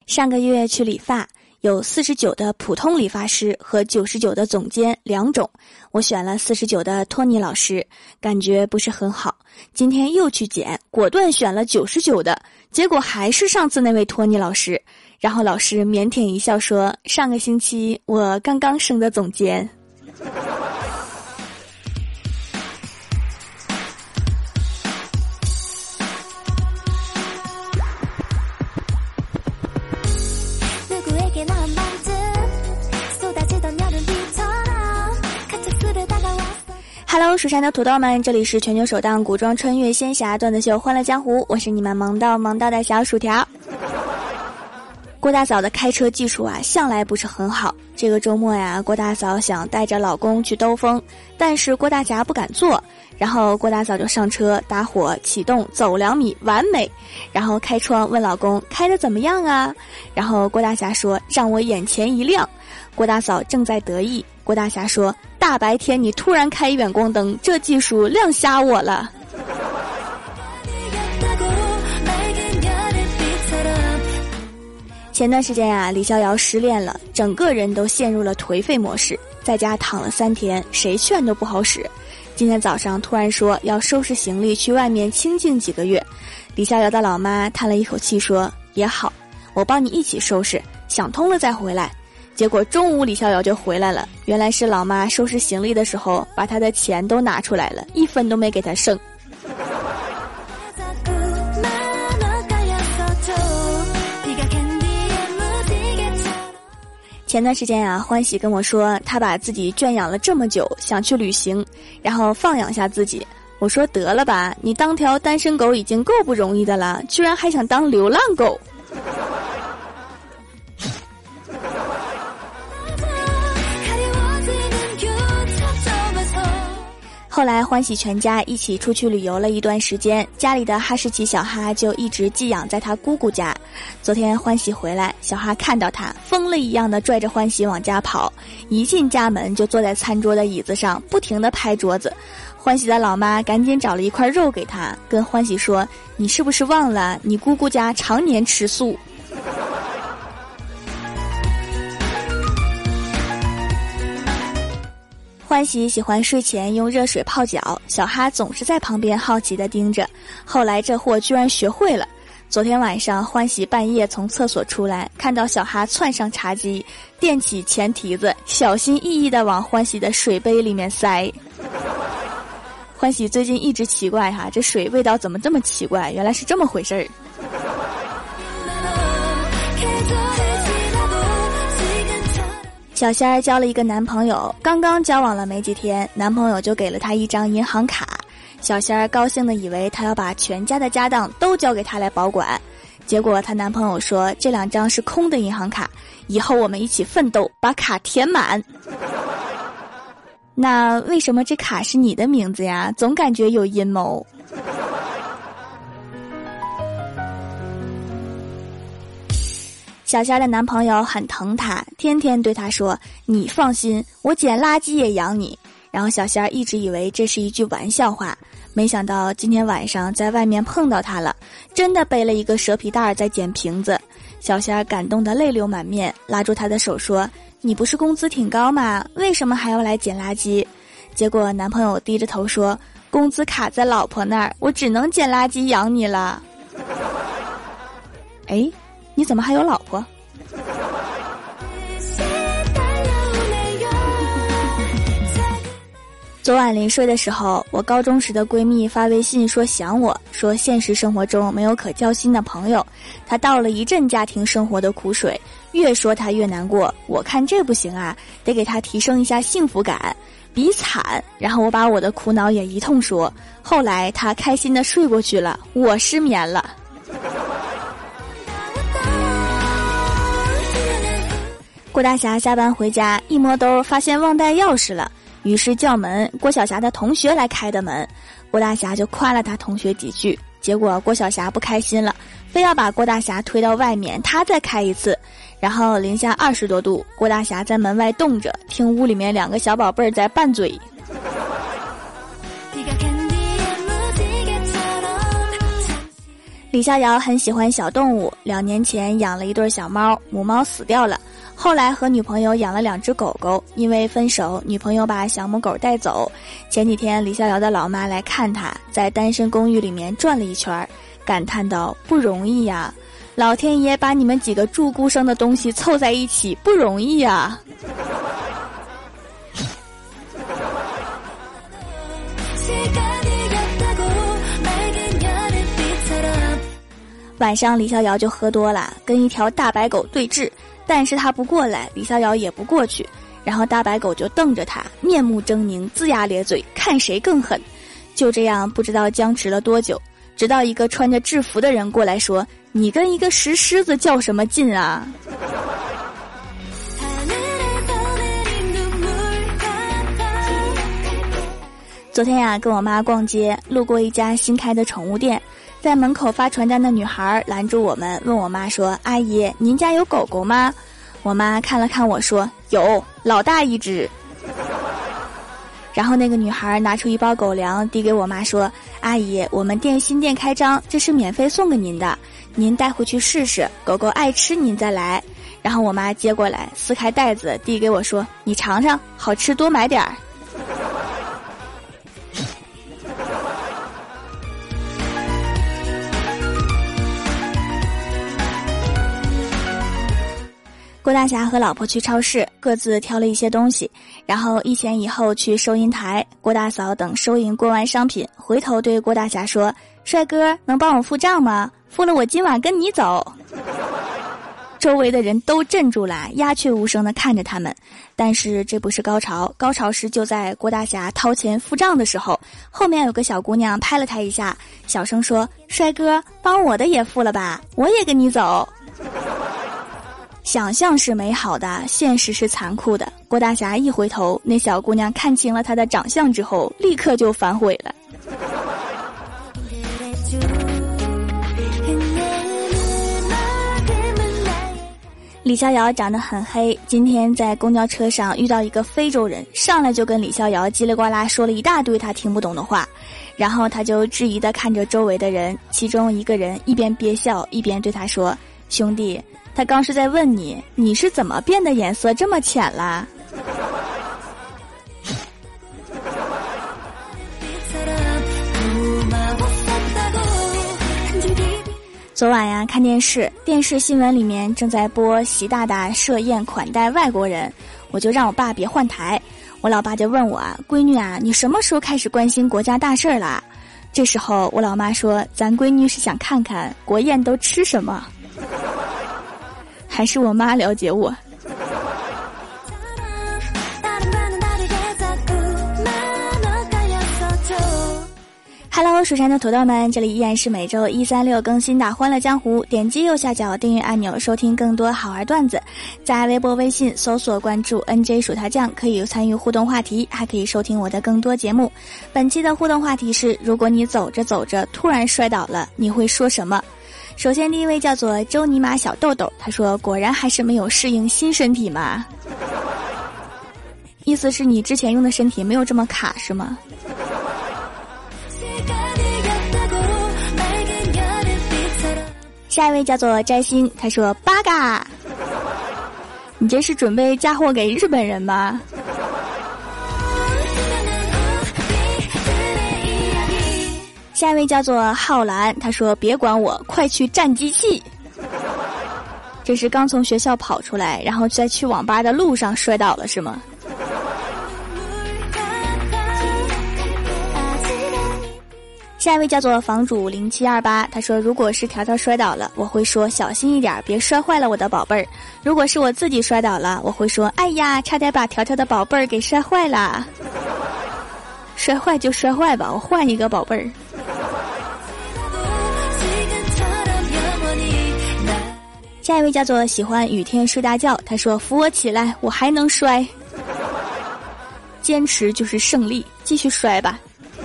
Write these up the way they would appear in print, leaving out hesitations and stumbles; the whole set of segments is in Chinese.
上个月去理发，有49的普通理发师和99的总监两种，我选了49的托尼老师，感觉不是很好。今天又去剪，果断选了99的，结果还是上次那位托尼老师。然后老师腼腆一笑说，上个星期我刚刚升的总监。Hello， 蜀山的土豆们，这里是全球首档古装穿越仙侠段子秀《欢乐江湖》，我是你们萌到的小薯条。郭大嫂的开车技术啊，向来不是很好。这个周末呀，郭大嫂想带着老公去兜风，但是郭大侠不敢坐。然后郭大嫂就上车，打火，启动，走2米，完美。然后开窗问老公开得怎么样啊？然后郭大侠说让我眼前一亮。郭大嫂正在得意，郭大侠说大白天你突然开远光灯，这技术亮瞎我了。前段时间啊，李逍遥失恋了，整个人都陷入了颓废模式，在家躺了3天，谁劝都不好使。今天早上突然说要收拾行李去外面清静几个月，李逍遥的老妈叹了一口气说也好，我帮你一起收拾，想通了再回来。结果中午李逍遥就回来了，原来是老妈收拾行李的时候把他的钱都拿出来了，1分都没给他剩。前段时间啊，欢喜跟我说他把自己圈养了这么久，想去旅行，然后放养下自己。我说得了吧，你当条单身狗已经够不容易的了，居然还想当流浪狗。后来欢喜全家一起出去旅游了一段时间，家里的哈士奇小哈就一直寄养在他姑姑家。昨天欢喜回来，小哈看到他疯了一样的拽着欢喜往家跑，一进家门就坐在餐桌的椅子上不停地拍桌子。欢喜的老妈赶紧找了一块肉给他，跟欢喜说你是不是忘了你姑姑家常年吃素。欢喜喜欢睡前用热水泡脚，小哈总是在旁边好奇地盯着，后来这货居然学会了。昨天晚上欢喜半夜从厕所出来，看到小哈窜上茶几，垫起前蹄子，小心翼翼地往欢喜的水杯里面塞。欢喜最近一直奇怪哈，这水味道怎么这么奇怪，原来是这么回事儿。小仙儿交了一个男朋友，刚刚交往了没几天，男朋友就给了她一张银行卡。小仙儿高兴地以为她要把全家的家当都交给她来保管，结果她男朋友说这2张是空的银行卡，以后我们一起奋斗把卡填满。那为什么这卡是你的名字呀？总感觉有阴谋。小仙儿的男朋友很疼她，天天对她说你放心，我捡垃圾也养你。然后小仙儿一直以为这是一句玩笑话，没想到今天晚上在外面碰到他了，真的背了一个蛇皮袋在捡瓶子。小仙儿感动得泪流满面，拉住他的手说你不是工资挺高吗？为什么还要来捡垃圾？结果男朋友低着头说工资卡在老婆那儿，我只能捡垃圾养你了。哎，你怎么还有老婆？昨晚临睡的时候，我高中时的闺蜜发微信说想我，说现实生活中没有可交心的朋友，她倒了一阵家庭生活的苦水，越说她越难过。我看这不行啊，得给她提升一下幸福感，比惨。然后我把我的苦恼也一通说，后来她开心的睡过去了，我失眠了。郭大侠下班回家，一摸兜发现忘带钥匙了，于是叫门，郭晓霞的同学来开的门。郭大侠就夸了他同学几句，结果郭晓霞不开心了，非要把郭大侠推到外面，他再开一次。然后零下20多度，郭大侠在门外冻着，听屋里面2个小宝贝儿在拌嘴。 李逍遥很喜欢小动物，2年前养了一对小猫，母猫死掉了。后来和女朋友养了2只狗狗，因为分手，女朋友把小母狗带走。前几天李逍遥的老妈来看他，在单身公寓里面转了一圈，感叹道：不容易呀，老天爷把你们几个住孤生的东西凑在一起，不容易呀。晚上李逍遥就喝多了，跟一条大白狗对峙，但是他不过来，李逍遥也不过去，然后大白狗就瞪着他，面目狰狞，龇牙咧嘴，看谁更狠。就这样不知道僵持了多久，直到一个穿着制服的人过来说：你跟一个石狮子较什么劲啊？昨天呀，跟我妈逛街，路过一家新开的宠物店，在门口发传单的女孩拦住我们，问我妈说：阿姨，您家有狗狗吗？我妈看了看我说：有，老大一只。然后那个女孩拿出一包狗粮递给我妈说：阿姨，我们店新店开张，这是免费送给您的，您带回去试试，狗狗爱吃您再来。然后我妈接过来撕开袋子递给我说：你尝尝，好吃多买点儿。郭大侠和老婆去超市，各自挑了一些东西，然后1前1后去收银台。郭大嫂等收银过完商品，回头对郭大侠说：帅哥，能帮我付账吗？付了我今晚跟你走。周围的人都镇住了，鸦雀无声地看着他们。但是这不是高潮，高潮是就在郭大侠掏钱付账的时候，后面有个小姑娘拍了他一下，小声说：帅哥，帮我的也付了吧，我也跟你走。想象是美好的，现实是残酷的。郭大侠一回头，那小姑娘看清了他的长相之后，立刻就反悔了。李逍遥长得很黑，今天在公交车上遇到一个非洲人，上来就跟李逍遥叽里呱啦说了一大堆他听不懂的话，然后他就质疑地看着周围的人，其中一个人一边憋笑一边对他说：兄弟，他刚是在问你，你是怎么变得颜色这么浅啦？昨晚呀，看电视新闻里面正在播习大大设宴款待外国人，我就让我爸别换台。我老爸就问我啊，闺女啊，你什么时候开始关心国家大事啦？这时候我老妈说，咱闺女是想看看国宴都吃什么。还是我妈了解我。Hello， 蜀山的土豆们，这里依然是每周1、3、6更新的《欢乐江湖》，点击右下角订阅按钮，收听更多好玩段子。在微博、微信搜索关注 NJ 薯条酱，可以参与互动话题，还可以收听我的更多节目。本期的互动话题是：如果你走着走着突然摔倒了，你会说什么？首先第一位叫做周尼玛小豆豆，他说果然还是没有适应新身体嘛。意思是你之前用的身体没有这么卡是吗？下一位叫做摘星，他说八嘎，你这是准备嫁祸给日本人吗？下一位叫做浩然，他说别管我，快去站机器。这是刚从学校跑出来，然后在去网吧的路上摔倒了是吗？下一位叫做房主0728，他说如果是条条摔倒了，我会说小心一点，别摔坏了我的宝贝儿。如果是我自己摔倒了，我会说哎呀，差点把条条的宝贝儿给摔坏了。摔坏就摔坏吧，我换一个宝贝儿。下一位叫做喜欢雨天睡大觉，他说扶我起来，我还能摔。坚持就是胜利，继续摔吧。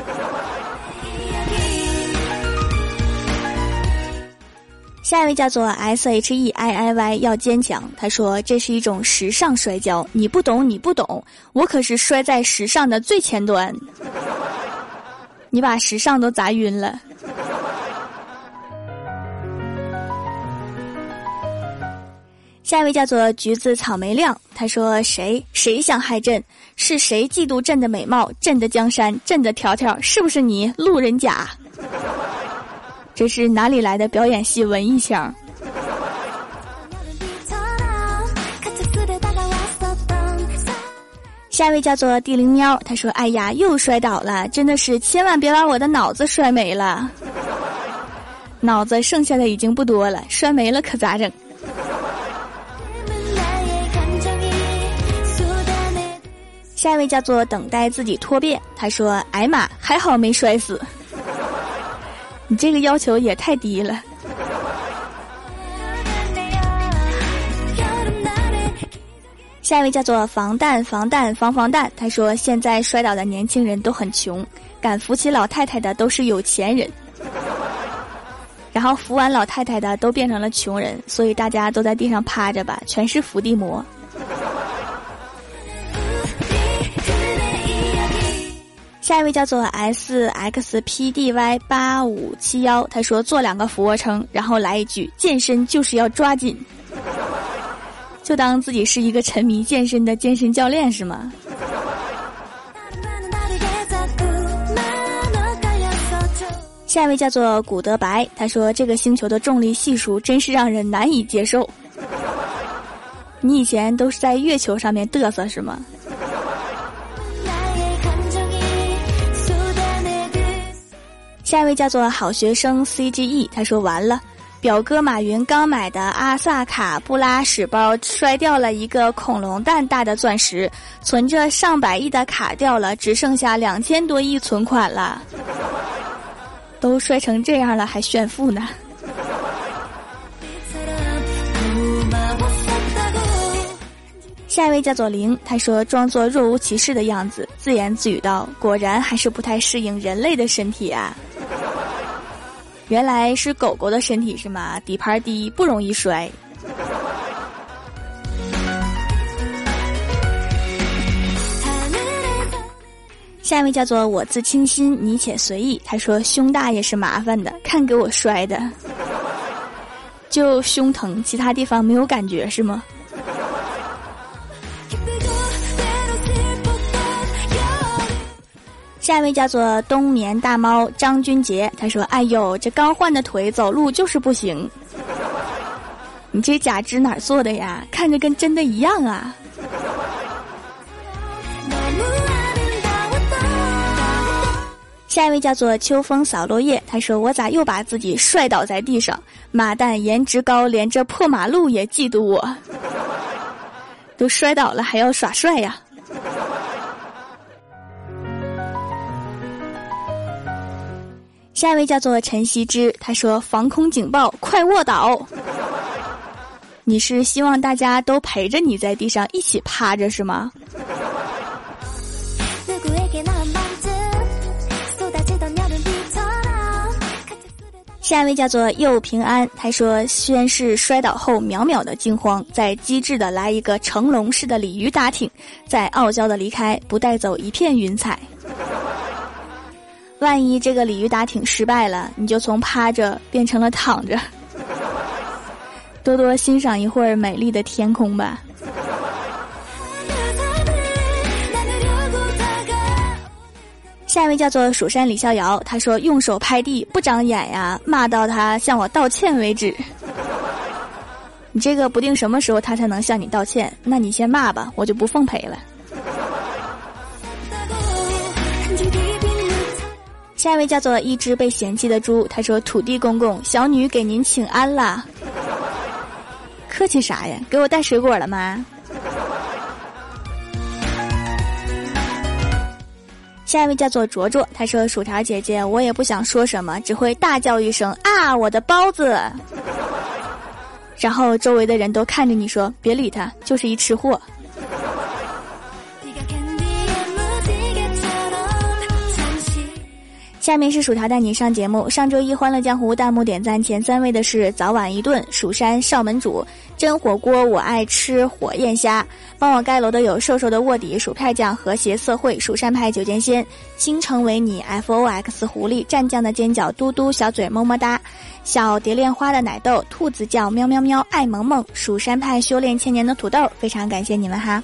下一位叫做 SHEIIY 要坚强，他说这是一种时尚摔跤，你不懂你不懂，我可是摔在时尚的最前端。你把时尚都砸晕了。 下一位叫做橘子草莓亮，他说谁想害朕？是谁嫉妒朕的美貌？朕的江山，朕的条条，是不是你路人甲？这是哪里来的表演系文艺腔？下一位叫做地灵喵，他说哎呀又摔倒了，真的是千万别把我的脑子摔没了。脑子剩下的已经不多了，摔没了可咋整？下一位叫做等待自己脱变，他说哎妈还好没摔死。你这个要求也太低了。下一位叫做防弹，他说现在摔倒的年轻人都很穷，敢扶起老太太的都是有钱人，然后扶完老太太的都变成了穷人，所以大家都在地上趴着吧，全是伏地魔。下一位叫做 SXPDY8571，他说做2个俯卧撑，然后来一句健身就是要抓紧，就当自己是一个沉迷健身的健身教练是吗？下一位叫做古德白，他说这个星球的重力系数真是让人难以接受。你以前都是在月球上面嘚瑟是吗？下一位叫做好学生 CGE， 他说完了，表哥马云刚买的阿萨卡布拉屎包摔掉了一个恐龙蛋大的钻石，存着上百亿的卡掉了，只剩下2000多亿存款了。都摔成这样了还炫富呢。下一位叫做零，他说装作若无其事的样子，自言自语道果然还是不太适应人类的身体啊。原来是狗狗的身体是吗？底盘低不容易摔。下一位叫做我自清新你且随意，他说胸大也是麻烦的，看给我摔的，就胸疼，其他地方没有感觉是吗？下一位叫做冬眠大猫张君杰，他说哎呦这刚换的腿走路就是不行。你这假肢哪儿做的呀？看着跟真的一样啊。下一位叫做秋风扫落叶，他说我咋又把自己摔倒在地上，马蛋颜值高连这破马路也嫉妒我。都摔倒了还要耍帅呀。下一位叫做陈希之，他说防空警报快卧倒。你是希望大家都陪着你在地上一起趴着是吗？下一位叫做又平安，他说先是摔倒后秒秒的惊慌，再机智的来一个成龙式的鲤鱼打挺，再傲娇的离开，不带走一片云彩。万一这个鲤鱼打挺失败了，你就从趴着变成了躺着。多多欣赏一会儿美丽的天空吧。下一位叫做蜀山李逍遥，他说用手拍地不长眼呀，骂到他向我道歉为止。你这个不定什么时候他才能向你道歉，那你先骂吧，我就不奉陪了。下一位叫做一只被嫌弃的猪，他说土地公公小女给您请安啦。客气啥呀，给我带水果了吗？下一位叫做卓卓，他说薯条姐姐我也不想说什么，只会大叫一声啊我的包子。然后周围的人都看着你说别理他，就是一吃货。下面是薯条带你上节目。上周一欢乐江湖弹幕点赞前3位的是早晚一顿、蜀山、少门主、 真火锅我爱吃火焰虾，帮我盖楼的有瘦瘦的卧底、薯片酱、和谐社会、蜀山派九剑仙、倾城为你、FOX 狐狸、蘸酱的尖角、嘟嘟小嘴么么哒、小蝶恋花的奶豆、兔子叫喵喵喵、爱萌萌、蜀山派修炼千年的土豆，非常感谢你们哈，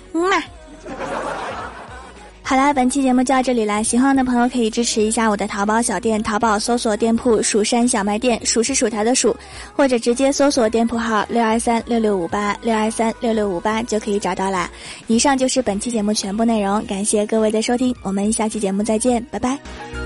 好啦，本期节目就到这里啦，喜欢的朋友可以支持一下我的淘宝小店，淘宝搜索店铺蜀山小卖店，蜀是薯条的蜀，或者直接搜索店铺号6236658，6236658就可以找到啦。以上就是本期节目全部内容，感谢各位的收听，我们下期节目再见，拜拜。